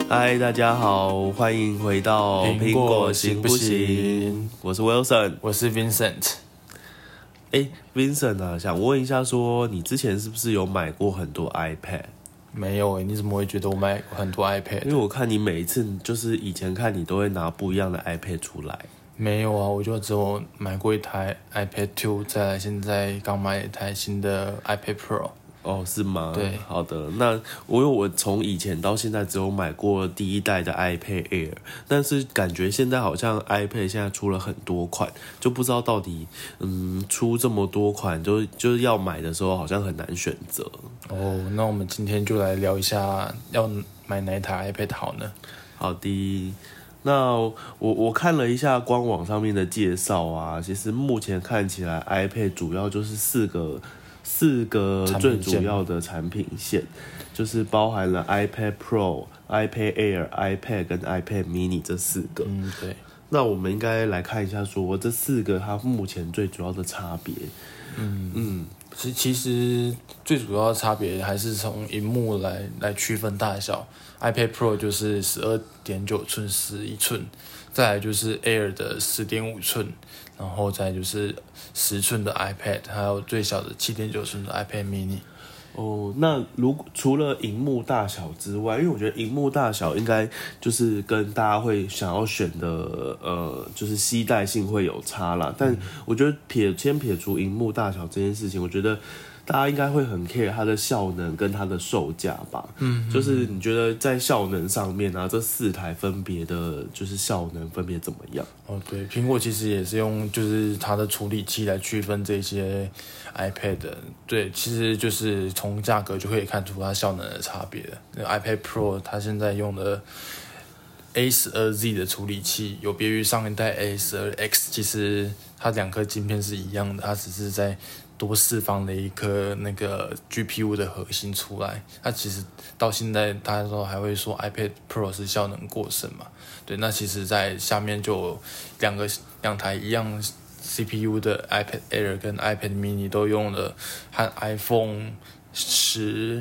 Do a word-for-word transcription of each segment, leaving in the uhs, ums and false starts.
嗨，大家好，欢迎回到苹果行不行？我是 Wilson， 我是 Vincent。 哎 ，Vincent 啊，想问一下说，你之前是不是有买过很多 iPad？ 没有诶，你怎么会觉得我买很多 iPad？ 因为我看你每一次就是以前看你都会拿不一样的 iPad 出来。 没有啊，我就只有买过一台 iPad 二，再来现在刚买一台新的 iPad Pro。 哦，是吗？ 对， 好的。那我有我从以前到现在只有买过第一代的 iPad Air， 但是感觉现在好像 iPad 现在出了很多款，就不知道到底嗯出这么多款，就就是要买的时候好像很难选择。 哦，那我们今天就来聊一下要买哪一台 iPad 好呢？ 好的。那我我看了一下官网上面的介绍啊，其实目前看起来 iPad 主要就是四个四个最主要的产品线，就是包含了 iPad Pro、iPad Air、iPad 跟 iPad Mini 这四个。 嗯，对。 那我们应该来看一下说这四个它目前最主要的差别。 嗯嗯，其其实最主要的差别还是从萤幕来来区分大小。iPad Pro 就是十二点九寸、十一寸，再来就是 Air 的十点五寸，然后再来就是十寸的 iPad， 还有最小的七点九寸的 iPad Mini。 哦，那如果除了萤幕大小之外，因为我觉得萤幕大小应该就是跟大家会想要选的呃，就是携带性会有差啦。但我觉得撇先撇除萤幕大小这件事情，我觉得大家应该会很 care 它的效能跟它的售价吧。嗯，就是你觉得在效能上面啊，这四台分别的就是效能分别怎么样？ 哦，对，苹果其实也是用就是它的处理器来区分这些 iPad 的。对，其实就是从价格就可以看出它效能的差别了。那 iPad Pro 它现在用的 A 十二 Z 的处理器，有别于上一代 A 十二 X， 其实它两颗晶片是一样的，它只是在多释放了一颗那个 G P U 的核心出来。它其实到现在大家都还会说 iPad Pro 是效能过剩嘛？对，那其实在下面就有两个两台一样 C P U 的 iPad Air 跟 iPad Mini 都用了和 iPhone 十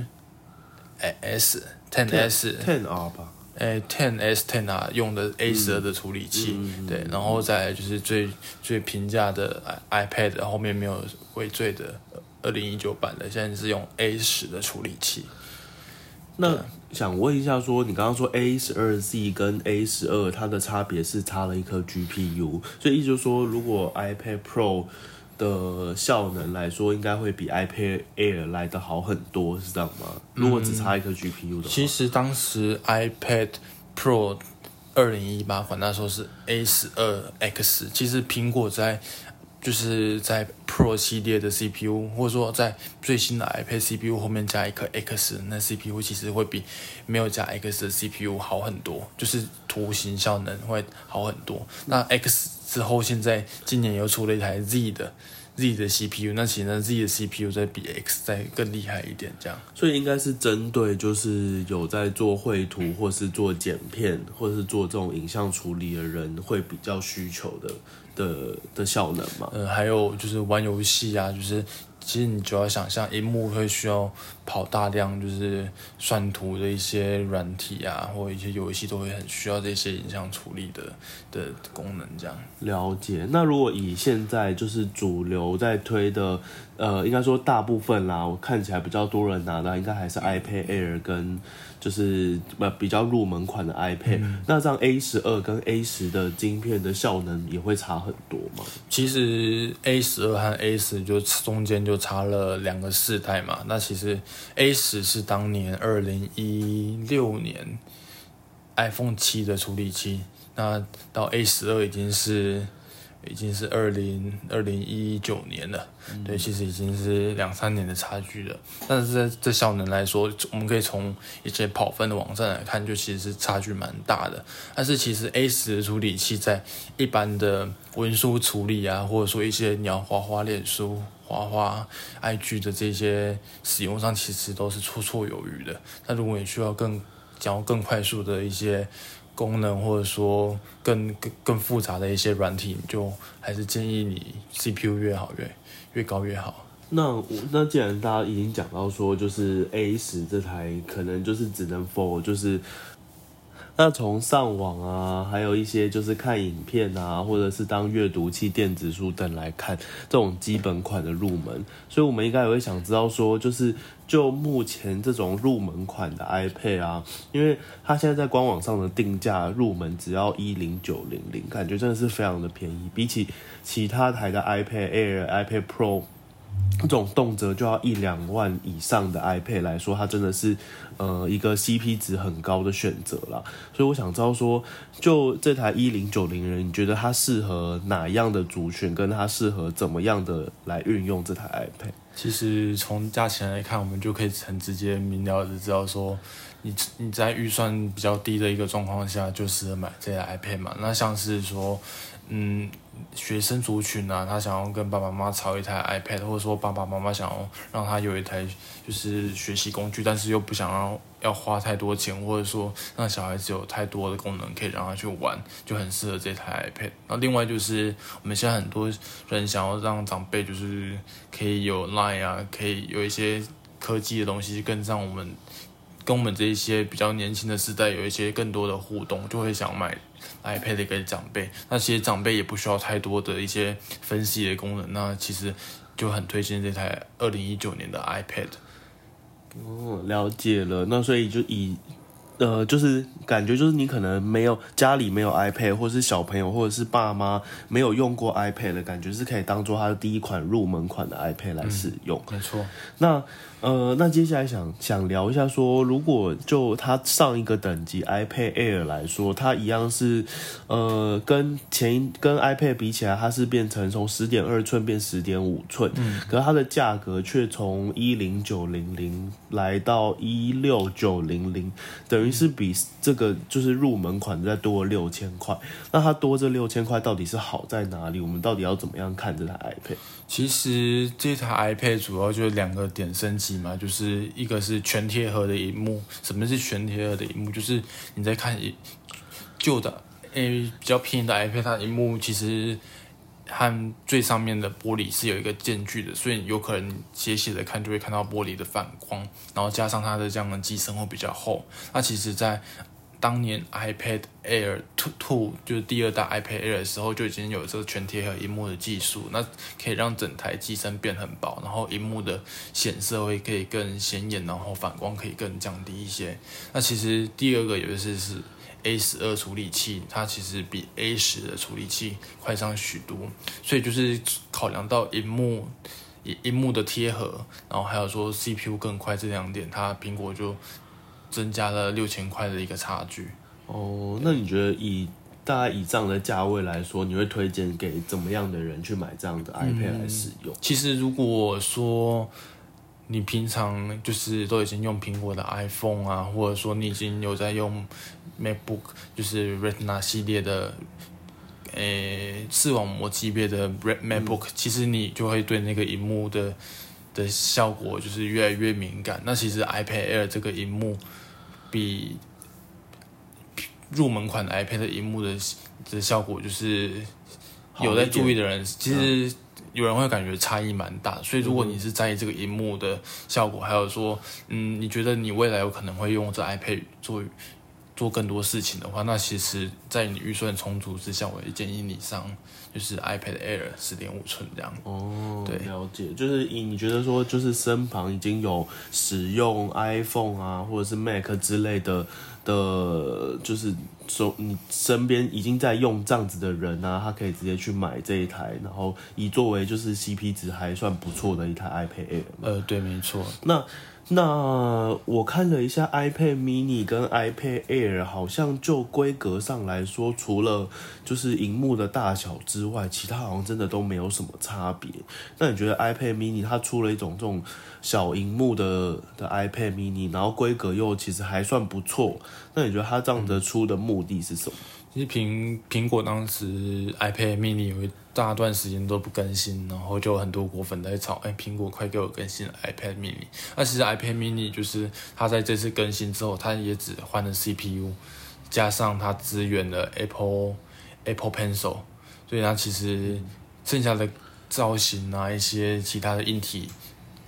S、十 S、 十 R 吧。 诶 十 S、十 R 用的 A 十二 的处理器。嗯嗯嗯、对，然后再来就是最最平价的 iPad 后面没有尾缀的二零一九版的，现在是用 A 十 的处理器。 那想问一下说，你刚刚说 A 十二 Z 跟 A 十二 它的差别是差了一颗 G P U， 所以意思就是说，如果 iPad Pro 的效能来说，应该会比 iPad Air 来得好很多，是这样吗？如果只差一颗 G P U 的话。 其实当时 iPad Pro 二零一八款那时候是 A 十二 X， 其实苹果在就是在 Pro 系列的 C P U， 或者说在最新的 iPad C P U 后面加一颗 X， 那 C P U 其实会比没有加 X 的 C P U 好很多，就是图形效能会好很多。那 X 之后，现在今年又出了一台 Z 的 Z 的 C P U， 那其实呢 Z 的 C P U 再比 X 再更厉害一点，这样。 所以应该是针对就是有在做绘图或是做剪片或是做这种影像处理的人会比较需求的的的效能嘛？ 呃，还有就是玩游戏啊，就是其实你就要想象，萤幕会需要跑大量就是算图的一些软体啊，或一些游戏都会很需要这些影像处理的的功能，这样。 了解。那如果以现在就是主流在推的，呃，应该说大部分啦，我看起来比较多人拿的应该还是 iPad Air 跟就是呃比较入门款的 iPad、嗯。那这样 A 十二 跟 A 十 的晶片的效能也会差很多吗？ 其实 A 十二 和 A 十 就中间就差了两个世代嘛。那其实 A 十 是当年二零一六年 iPhone 七的处理器，那到 A 十二 已经是已经是二零二零一九年了、嗯，对，其实已经是两三年的差距了。但是在这效能来说，我们可以从一些跑分的网站来看，就其实是差距蛮大的。但是其实 A 十 的处理器在一般的文书处理啊，或者说一些你要滑滑脸书、滑滑 I G 的这些使用上，其实都是绰绰有余的。那如果你需要更想要更快速的一些功能，或者说更更更复杂的一些软体，就还是建议你 C P U 越好越越高越好。 那那既然大家已经讲到说，就是 A 十 这台可能就是只能 for 就是那从上网啊，还有一些就是看影片啊，或者是当阅读器、电子书等来看这种基本款的入门，所以我们应该也会想知道说，就是就目前这种入门款的 iPad 啊，因为它现在在官网上的定价入门只要一零九零零，感觉真的是非常的便宜，比起其他台的 iPad Air、iPad Pro。这种动辄就要一两万以上的 iPad 来说，它真的是呃一个 C P 值很高的选择啦。所以我想知道说，就这台一零九零零，你觉得它适合哪样的族群，跟它适合怎么样的来运用这台 iPad？ 其实从价钱来看，我们就可以很直接明了的知道说，你你在预算比较低的一个状况下，就适合买这台 iPad 嘛。那像是说，嗯，学生族群啊，他想要跟爸爸妈妈吵一台 iPad， 或者说爸爸妈妈想要让他有一台就是学习工具，但是又不想要要花太多钱，或者说让小孩子有太多的功能可以让他去玩，就很适合这台 iPad。那另外就是我们现在很多人想要让长辈就是可以有 Line 啊，可以有一些科技的东西跟上我们。跟我们这一些比较年轻的世代有一些更多的互动，就会想买 iPad 给长辈。那其实长辈也不需要太多的一些分析的功能，那其实就很推荐这台二零一九年的 iPad。 哦，了解了。那所以就以呃，就是感觉就是你可能没有家里没有 iPad， 或是小朋友或者是爸妈没有用过 iPad 的感觉，是可以当做他的第一款入门款的 iPad 来使用。 嗯、没错。 那呃，那接下来想想聊一下说，如果就它上一个等级 iPad Air 来说，它一样是呃跟前跟 iPad 比起来，它是变成从十点二寸变十点五寸，嗯，可是它的价格却从一零九零零来到一六九零零，等于是比这个就是入门款再多了六千块。那它多这六千块到底是好在哪里？我们到底要怎么样看这台 iPad？ 其实这台 iPad 主要就是两个点升级嘛，就是一个是全贴合的萤幕。什么是全贴合的萤幕？就是你在看旧的诶比较便宜的 iPad， 它萤幕其实和最上面的玻璃是有一个间距的，所以有可能斜斜的看就会看到玻璃的反光，然后加上它的这样的机身会比较厚。那其实在当年 iPad Air 二就是第二代 iPad Air 的时候，就已经有这个全贴合萤幕的技术，那可以让整台机身变很薄，然后萤幕的显色会可以更显眼，然后反光可以更降低一些。那其实第二个有的是是 A 十二 处理器，它其实比 A 十 的处理器快上许多，所以就是考量到萤幕萤幕的贴合，然后还有说 C P U 更快这两点，它苹果就增加了六千块的一个差距。 哦，那你觉得以大概以这样的价位来说，你会推荐给怎么样的人去买这样的 iPad 来使用？ 嗯、其实如果说你平常就是都已经用苹果的 iPhone 啊，或者说你已经有在用 MacBook， 就是 Retina 系列的诶视网膜级别的 MacBook，、嗯、其实你就会对那个萤幕的的效果就是越来越敏感。那其实 iPad Air 这个萤幕比入门款的 iPad 的萤幕的的效果，就是有在注意的人，其实有人会感觉差异蛮大的。所以如果你是在意这个萤幕的效果，还有说，嗯，你觉得你未来有可能会用这 iPad 做做更多事情的话，那其实在你预算充足之下，我也建议你上就是 iPad Air 十点五寸这样。 哦， 对， 了解。就是以你觉得说，就是身旁已经有使用 iPhone 啊，或者是 Mac 之类的的，就是说你身边已经在用这样子的人啊，他可以直接去买这一台，然后以作为就是 C P 值还算不错的一台 iPad Air。 呃，对，没错。 那那我看了一下 iPad mini 跟 iPad Air， 好像就规格上来说，除了就是萤幕的大小之外，其他好像真的都没有什么差别。那你觉得 iPad mini 它出了一种这种小萤幕的的 iPad mini， 然后规格又其实还算不错，那你觉得它这样的出的目的是什么？ 其实苹苹果当时 iPad mini 有一大段时间都不更新，然后就有很多果粉在吵，哎，苹果快给我更新了 iPad mini。那其实 iPad mini 就是它在这次更新之后，它也只换了 C P U， 加上它支援了 Apple Apple Pencil， 所以它其实剩下的造型啊，一些其他的硬体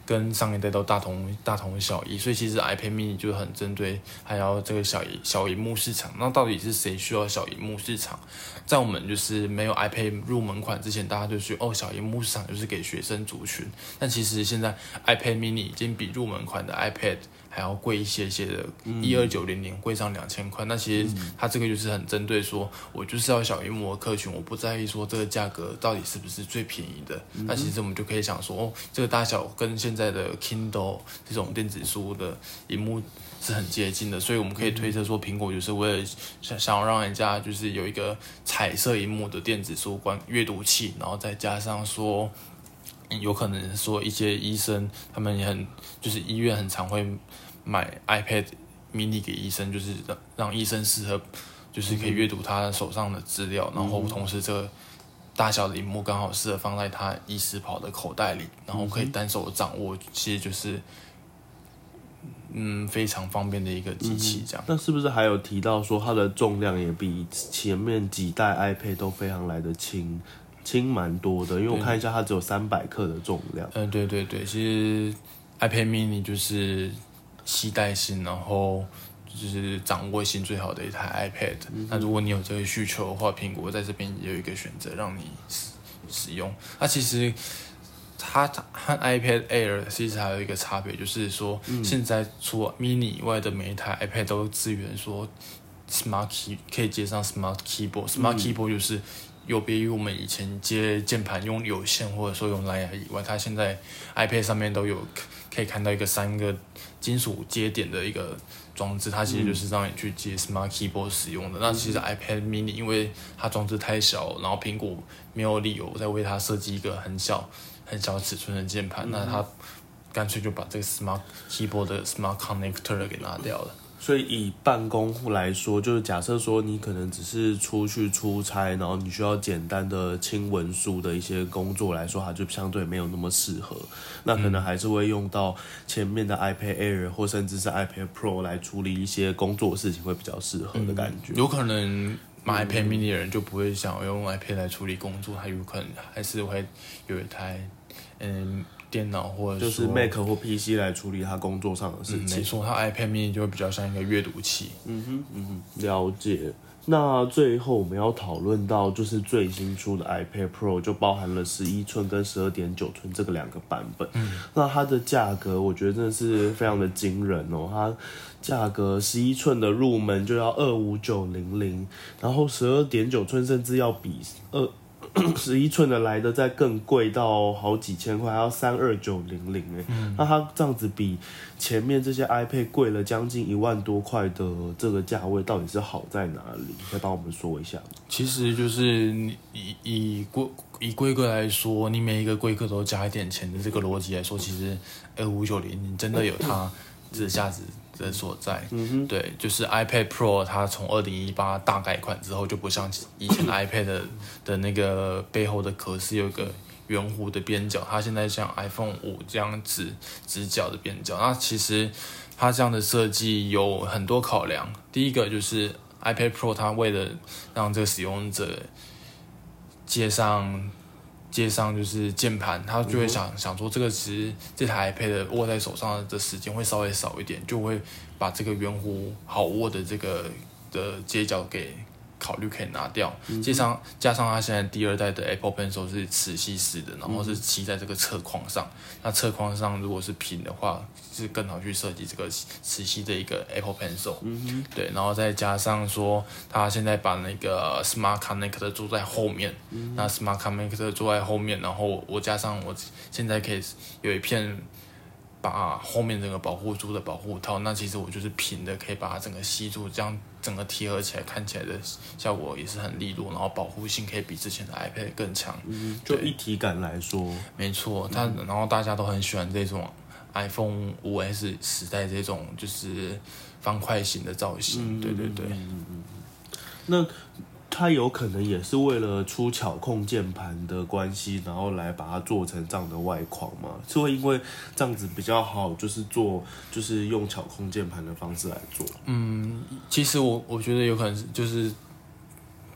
跟上一代都大同大同小异，所以其实 iPad mini 就很针对还要这个小小萤幕市场。那到底是谁需要小萤幕市场？在我们就是没有 iPad 入门款之前，大家就说哦，小萤幕市场就是给学生族群。但其实现在 iPad mini 已经比入门款的 iPad还要贵一些些的，一二九零零贵上两千块。那其实它这个就是很针对说，我就是要小萤幕的客群，我不在意说这个价格到底是不是最便宜的。嗯、那其实我们就可以想说，哦，这个大小跟现在的 Kindle 这种电子书的萤幕是很接近的，所以我们可以推测说，苹果就是为了想想要让人家就是有一个彩色萤幕的电子书观阅读器，然后再加上说。有可能说一些医生，他们也很就是医院很常会买 iPad mini 给医生，就是让让医生适合，就是可以阅读他手上的资料，然后同时这个大小的萤幕刚好适合放在他医师袍的口袋里，然后可以单手掌握，其实就是嗯非常方便的一个机器这样。 那是不是还有提到说它的重量也比前面几代 iPad 都非常来得轻？轻蛮多的，因为我看一下，它只有三百克的重量。 嗯，对对对，其实 iPad mini 就是携带性，然后就是掌握性最好的一台 iPad。嗯、那如果你有这个需求的话，苹果在这边也有一个选择让你使使用。那、啊、其实它和 iPad Air 其实还有一个差别，就是说、嗯、现在除了 mini 以外的每一台 iPad 都支援说 Smart Key 可以接上 Smart Keyboard。Smart、嗯、Keyboard 就是有别于我们以前接键盘用有线或者说用蓝牙以外，它现在 iPad 上面都有可以看到一个三个金属接点的一个装置，它其实就是让你去接 Smart Keyboard 使用的。嗯、那其实 iPad mini 因为它装置太小，然后苹果没有理由再为它设计一个很小很小尺寸的键盘，嗯、那它干脆就把这个 Smart Keyboard 的 Smart Connector 给拿掉了。 所以以办公来说，就是假设说你可能只是出去出差，然后你需要简单的清文书的一些工作来说，它就相对没有那么适合。那可能还是会用到前面的 iPad Air 或甚至是 iPad Pro 来处理一些工作事情，会比较适合的感觉。 嗯、有可能买 iPad mini 的人就不会想要用 iPad 来处理工作，他有可能还是会有一台嗯。电脑或者就是 Mac 或 P C 来处理他工作上的事情。 嗯、没错，它 iPad mini 就会比较像一个阅读器。 嗯哼，嗯哼，了解。那最后我们要讨论到，就是最新出的 iPad Pro 就包含了十一寸跟十二点九寸这个两个版本。嗯，那它的价格我觉得真的是非常的惊人哦。它价格十一寸的入门就要二五九零零，然后十二点九寸甚至要比二。十一寸的来的再更贵到好几千块，还要三二九零零哎，那它这样子比前面这些 iPad 贵了将近一万多块的这个价位，到底是好在哪里？可以帮我们说一下吗？ 其实就是你以以规以规格来说，你每一个规格都加一点钱的这个逻辑来说，其实二五九零零真的有它的价值的所在。嗯、对，就是 iPad Pro 它从二零一八大改款之后，就不像以前 iPad 的, 的那个背后的壳是有一个圆弧的边角，它现在像 iPhone 五这样直直角的边角。那其实它这样的设计有很多考量，第一个就是 iPad Pro 它为了让这个使用者接上接上就是键盘，他就会想、嗯、想说这个其实这台 iPad 握在手上的时间会稍微少一点，就会把这个圆弧好握的这个的接角给考虑可以拿掉。嗯、加上加上它现在第二代的 Apple Pencil 是磁吸式的，然后是漆在这个侧框上。嗯、那侧框上如果是平的话，是更好去设计这个磁吸的一个 Apple Pencil。嗯、对，然后再加上说，它现在把那个 Smart Connector 做在后面。嗯、那 Smart Connector 做在后面，然后我加上我现在可以有一片把后面整个保护住的保护套，那其实我就是平的，可以把它整个吸住，这样整个贴合起来，看起来的效果也是很利落，然后保护性可以比之前的 iPad 更强。 嗯，就一体感来说， 没错，它、嗯、然后大家都很喜欢这种 iPhone 五 S 时代这种就是方块型的造型。嗯、对对对。嗯嗯、 那它有可能也是为了出巧控键盘的关系，然后来把它做成这样的外框吗？是会因为这样子比较好，就是做就是用巧控键盘的方式来做？ 嗯，其实我我觉得有可能是就是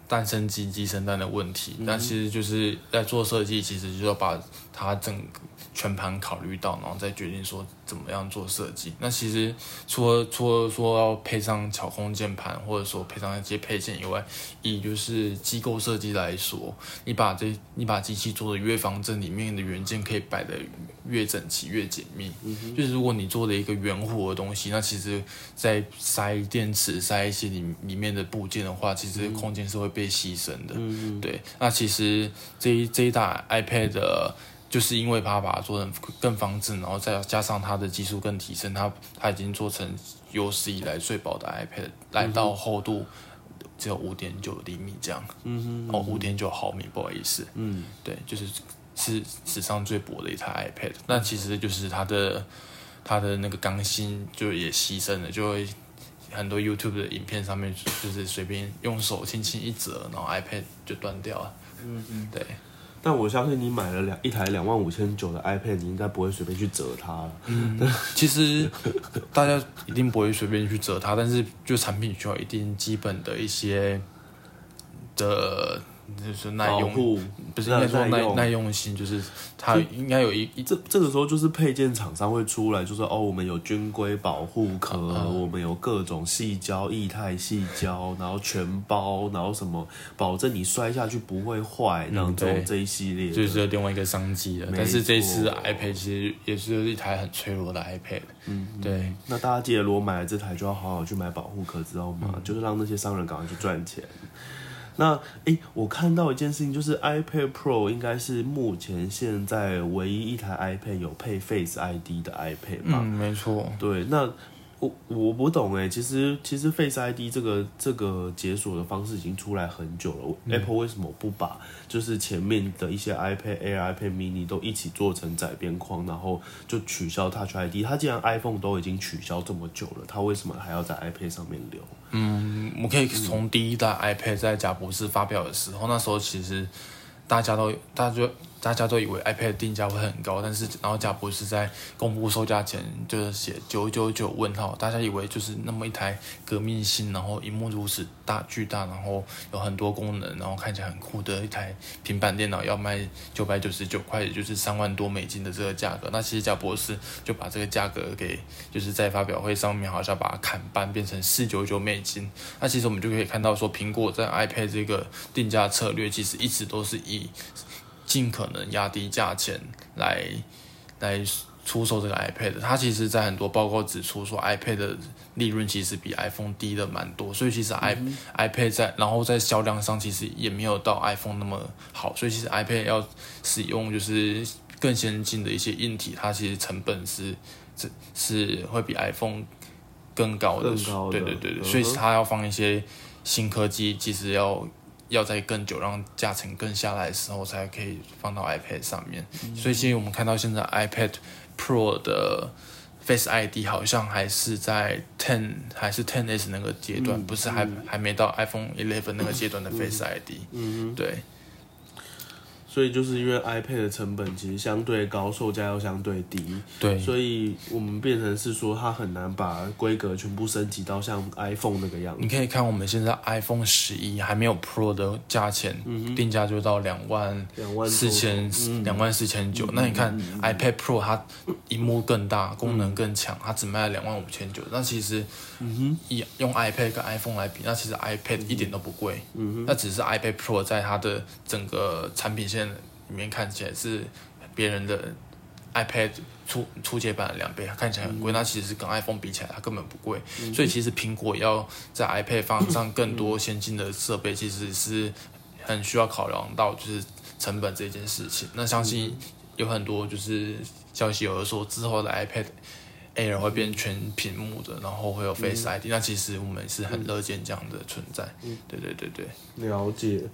蛋生鸡，鸡生蛋的问题。那、嗯、其实就是在做设计，其实就是要把它整个全盘考虑到，然后再决定说怎么样做设计。那其实除了除了说要配上巧控键盘，或者说配上一些配件以外，以就是机构设计来说，你把这你把机器做的越方正，里面的元件可以摆得越整齐、越紧密。嗯、就是如果你做了一个圆弧的东西，那其实在塞电池、塞一些里里面的部件的话，其实空间是会被牺牲的。嗯、对，那其实这一这一打 iPad 的。就是因为它把它做成更方正，然后再加上它的技术更提升，它它已经做成有史以来最薄的 iPad， 来到厚度只有 五点九厘米这样，嗯哦 五点九毫米，不好意思，嗯，对，就是是史上最薄的一台 iPad。那其实就是它的它的那个钢芯就也牺牲了，就会很多 YouTube 的影片上面就是随便用手轻轻一折，然后 iPad 就断掉了，嗯嗯，对。 但我相信你买了两一台两万五千九的 iPad， 你应该不会随便去折它了。 嗯，其实大家一定不会随便去折它，但是就产品需要一定基本的一些的，就是耐用，不是应该说耐耐用性，就是它应该有一这这个时候就是配件厂商会出来，就说哦，我们有军规保护壳，嗯、我们有各种矽胶、液态矽胶，然后全包，然后什么保证你摔下去不会坏，然后这种这一系列， 就是另外一个商机了。但是这次 iPad 其实也是一台很脆弱的 iPad， 嗯，对。 那大家记得，如果买了这台，就要好好去买保护壳，知道吗？嗯、就是让那些商人赶快去赚钱。那诶，我看到一件事情，就是 iPad Pro 应该是目前现在唯一一台 iPad 有配 Face I D 的 iPad 吧？ 嗯，没错。 对，那我我不懂诶，其实其实 Face I D 这个这个解锁的方式已经出来很久了、嗯、，Apple 为什么不把就是前面的一些 iPad Air、iPad Mini 都一起做成窄边框，然后就取消 Touch I D？ 它既然 iPhone 都已经取消这么久了，它为什么还要在 iPad 上面留？ 嗯，我可以从第一代 iPad 在贾博士发表的时候，那时候其实大家都大家就大家都以为 iPad 定价会很高，但是然后贾博士在公布售价前就是写九九九问号，大家以为就是那么一台革命性，然后萤幕如此大巨大，然后有很多功能，然后看起来很酷的一台平板电脑要卖九百九十九块，也就是三万多美金的这个价格。那其实贾博士就把这个价格给就是在发表会上面好像把它砍半，变成四百九十九美金。那其实我们就可以看到说，苹果在 iPad 这个定价策略其实一直都是以尽可能压低价钱来来出售这个 iPad， 它其实在很多报告指出说 iPad 的利润其实比 iPhone 低的蛮多，所以其实 i、嗯、iPad 在然后在销量上其实也没有到 iPhone 那么好，所以其实 iPad 要使用就是更先进的一些硬体，它其实成本是是是会比 iPhone 更高的， 更高的， 对对对对，所以它要放一些新科技，其实要。要在更久让价钱更下来的时候才可以放到 iPad 上面、嗯、所以其实我们看到现在 iPad Pro 的 Face I D 好像还是在十还是 十 S 那个阶段、嗯、不是还、嗯、还没到 iPhone 十那个阶段的 Face I D、嗯、对， 所以就是因为 iPad 的成本其实相对高，售价又相对低， 对， 所以我们变成是说它很难把规格全部升级到像 iPhone 那个样子。 你可以看我们现在 iPhone 十一还没有 Pro 的价钱、嗯、定价就到两万四千两万四千九，那你看、嗯、iPad Pro 它萤幕更大，功能更强，它只卖了两万五千九，那其实以用 iPad 跟 iPhone 来比，那其实 iPad 一点都不贵、嗯、那只是 iPad Pro 在它的整个产品线里面看起来是别人的 iPad 初初阶版的两倍，看起来很贵、嗯，那其实跟 iPhone 比起来，它根本不贵、嗯。所以其实苹果要在 iPad 放上更多先进的设备，其实是很需要考量到就是成本这件事情。那相信有很多就是消息有说之后的 iPad Air 会变全屏幕的，然后会有 Face I D、嗯、那其实我们是很乐见这样的存在。嗯、对对对对， 了解。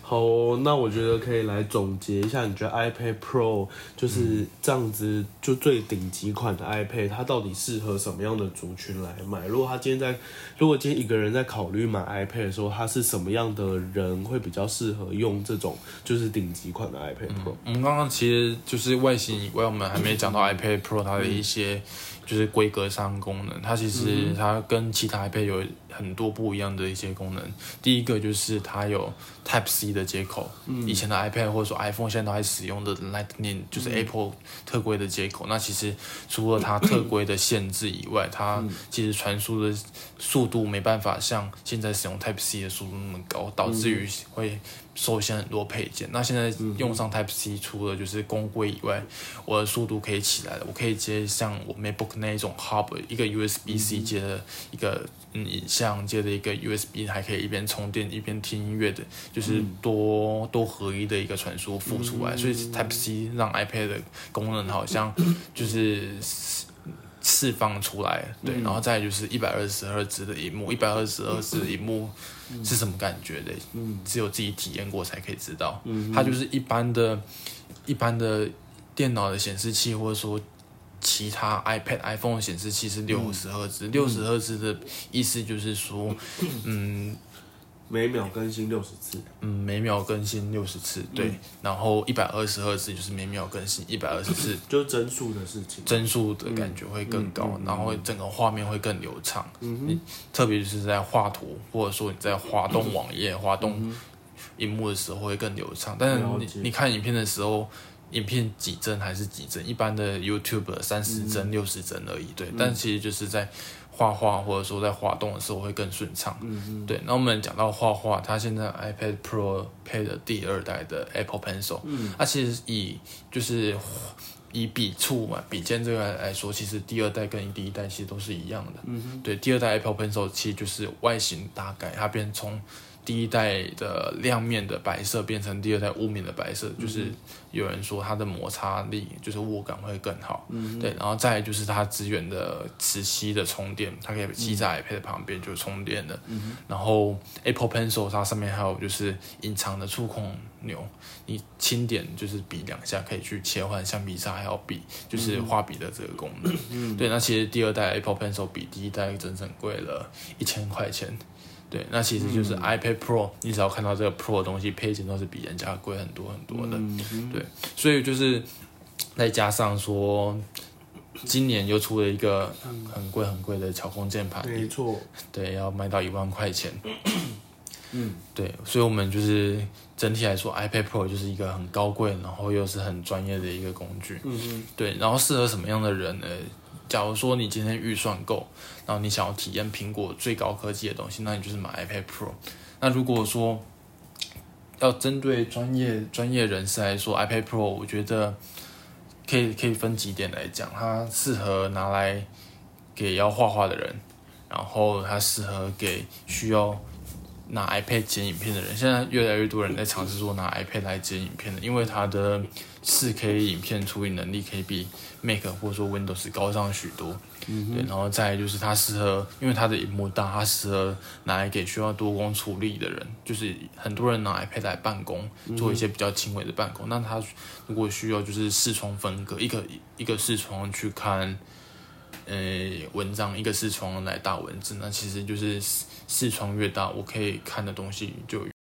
好、哦，那我觉得可以来总结一下，你觉得 iPad Pro 就是这样子，就最顶级款的 iPad， 它到底适合什么样的族群来买？如果他今天在，如果今天一个人在考虑买 iPad 的时候，他是什么样的人会比较适合用这种就是顶级款的 iPad Pro？、嗯、 我们刚刚其实就是外形以外，我们还没讲到 iPad Pro 它的一些就是规格上功能，它其实它跟其他 iPad 有很多不一样的一些功能。第一个就是它有 Type C 的接口，嗯、以前的 iPad 或者说 iPhone 现在都还使用的 Lightning 就是 Apple 特规的接口。嗯、那其实除了它特规的限制以外，它其实传输的速度没办法像现在使用 Type C 的速度那么高，导致于会受限很多配件。那现在用上 Type C， 除了就是公规以外，我的速度可以起来了，我可以接像我 MacBook 那一种 Hub 一个 U S B C 接的一个嗯影像接的一个 U S B， 还可以一边充电一边听音乐的，就是多多合一的一个传输附出来。所以 Type C 让 iPad 的功能好像就是释放出来，对，然后再来就是一百二十赫兹的萤幕，一百二十赫兹的萤幕是什么感觉的？嗯，只有自己体验过才可以知道。嗯，它就是一般的、一般的电脑的显示器，或者说其他 iPad、iPhone 的显示器是六十赫兹，六十赫兹的意思就是说，嗯。 每秒更新六十次， 嗯，每秒更新六十次，对，嗯、然后一百二十赫兹就是每秒更新一百二十次， 就是帧数的事情， 帧数的感觉会更高，嗯嗯、然后整个画面会更流畅。嗯你特别是在画图，或者说你在滑动网页、滑动萤幕的时候会更流畅。但是你你看影片的时候，影片几帧还是几帧，一般的 YouTube 三十帧、六十帧而已，对。嗯、但其实就是在画画或者说在滑动的时候会更顺畅，嗯对。那我们讲到画画，它现在 iPad Pro 配的第二代的 Apple Pencil，嗯，它其实以就是以笔触嘛、笔尖这个来说，其实第二代跟第一代其实都是一样的，嗯对。第二代 Apple Pencil 其实就是外形大改，它变从第一代的亮面的白色变成第二代雾面的白色，嗯、就是有人说它的摩擦力就是握感会更好，嗯、对，然后再来就是它支援的磁吸的充电，它可以吸在 iPad 旁边就充电的，嗯、然后 Apple Pencil 它上面还有就是隐藏的触控钮，你轻点就是笔两下可以去切换橡皮擦还有笔，就是画笔的这个功能，嗯、对，那其实第二代 Apple Pencil 比第一代整整贵了一千块钱。对，那其实就是 iPad Pro，、嗯、你只要看到这个 Pro 的东西，配件都是比人家贵很多很多的。嗯、对，所以就是再加上说，今年又出了一个很贵很贵的巧控键盘， 没错， 对，要卖到一万块钱。嗯，对，所以我们就是整体来说 ，iPad Pro 就是一个很高贵，然后又是很专业的一个工具。嗯对，然后适合什么样的人呢？假如说你今天预算够，然后你想要体验苹果最高科技的东西，那你就是买 iPad Pro。那如果说要针对专业专业人士来说 ，iPad Pro 我觉得可以可以分几点来讲，它适合拿来给要画画的人，然后它适合给需要拿 iPad 剪影片的人。现在越来越多人在尝试说拿 iPad 来剪影片的，因为它的 四K 影片处理能力可以比 Mac 或者说 Windows 高上许多。嗯、对，然后再来就是它适合，因为它的萤幕大，它适合拿来给需要多工处理的人，就是很多人拿 iPad 来办公，做一些比较轻微的办公。嗯、那它如果需要就是视窗分隔，一个一个视窗去看呃文章，一个视窗来打文字，那其实就是视窗越大，我可以看的东西就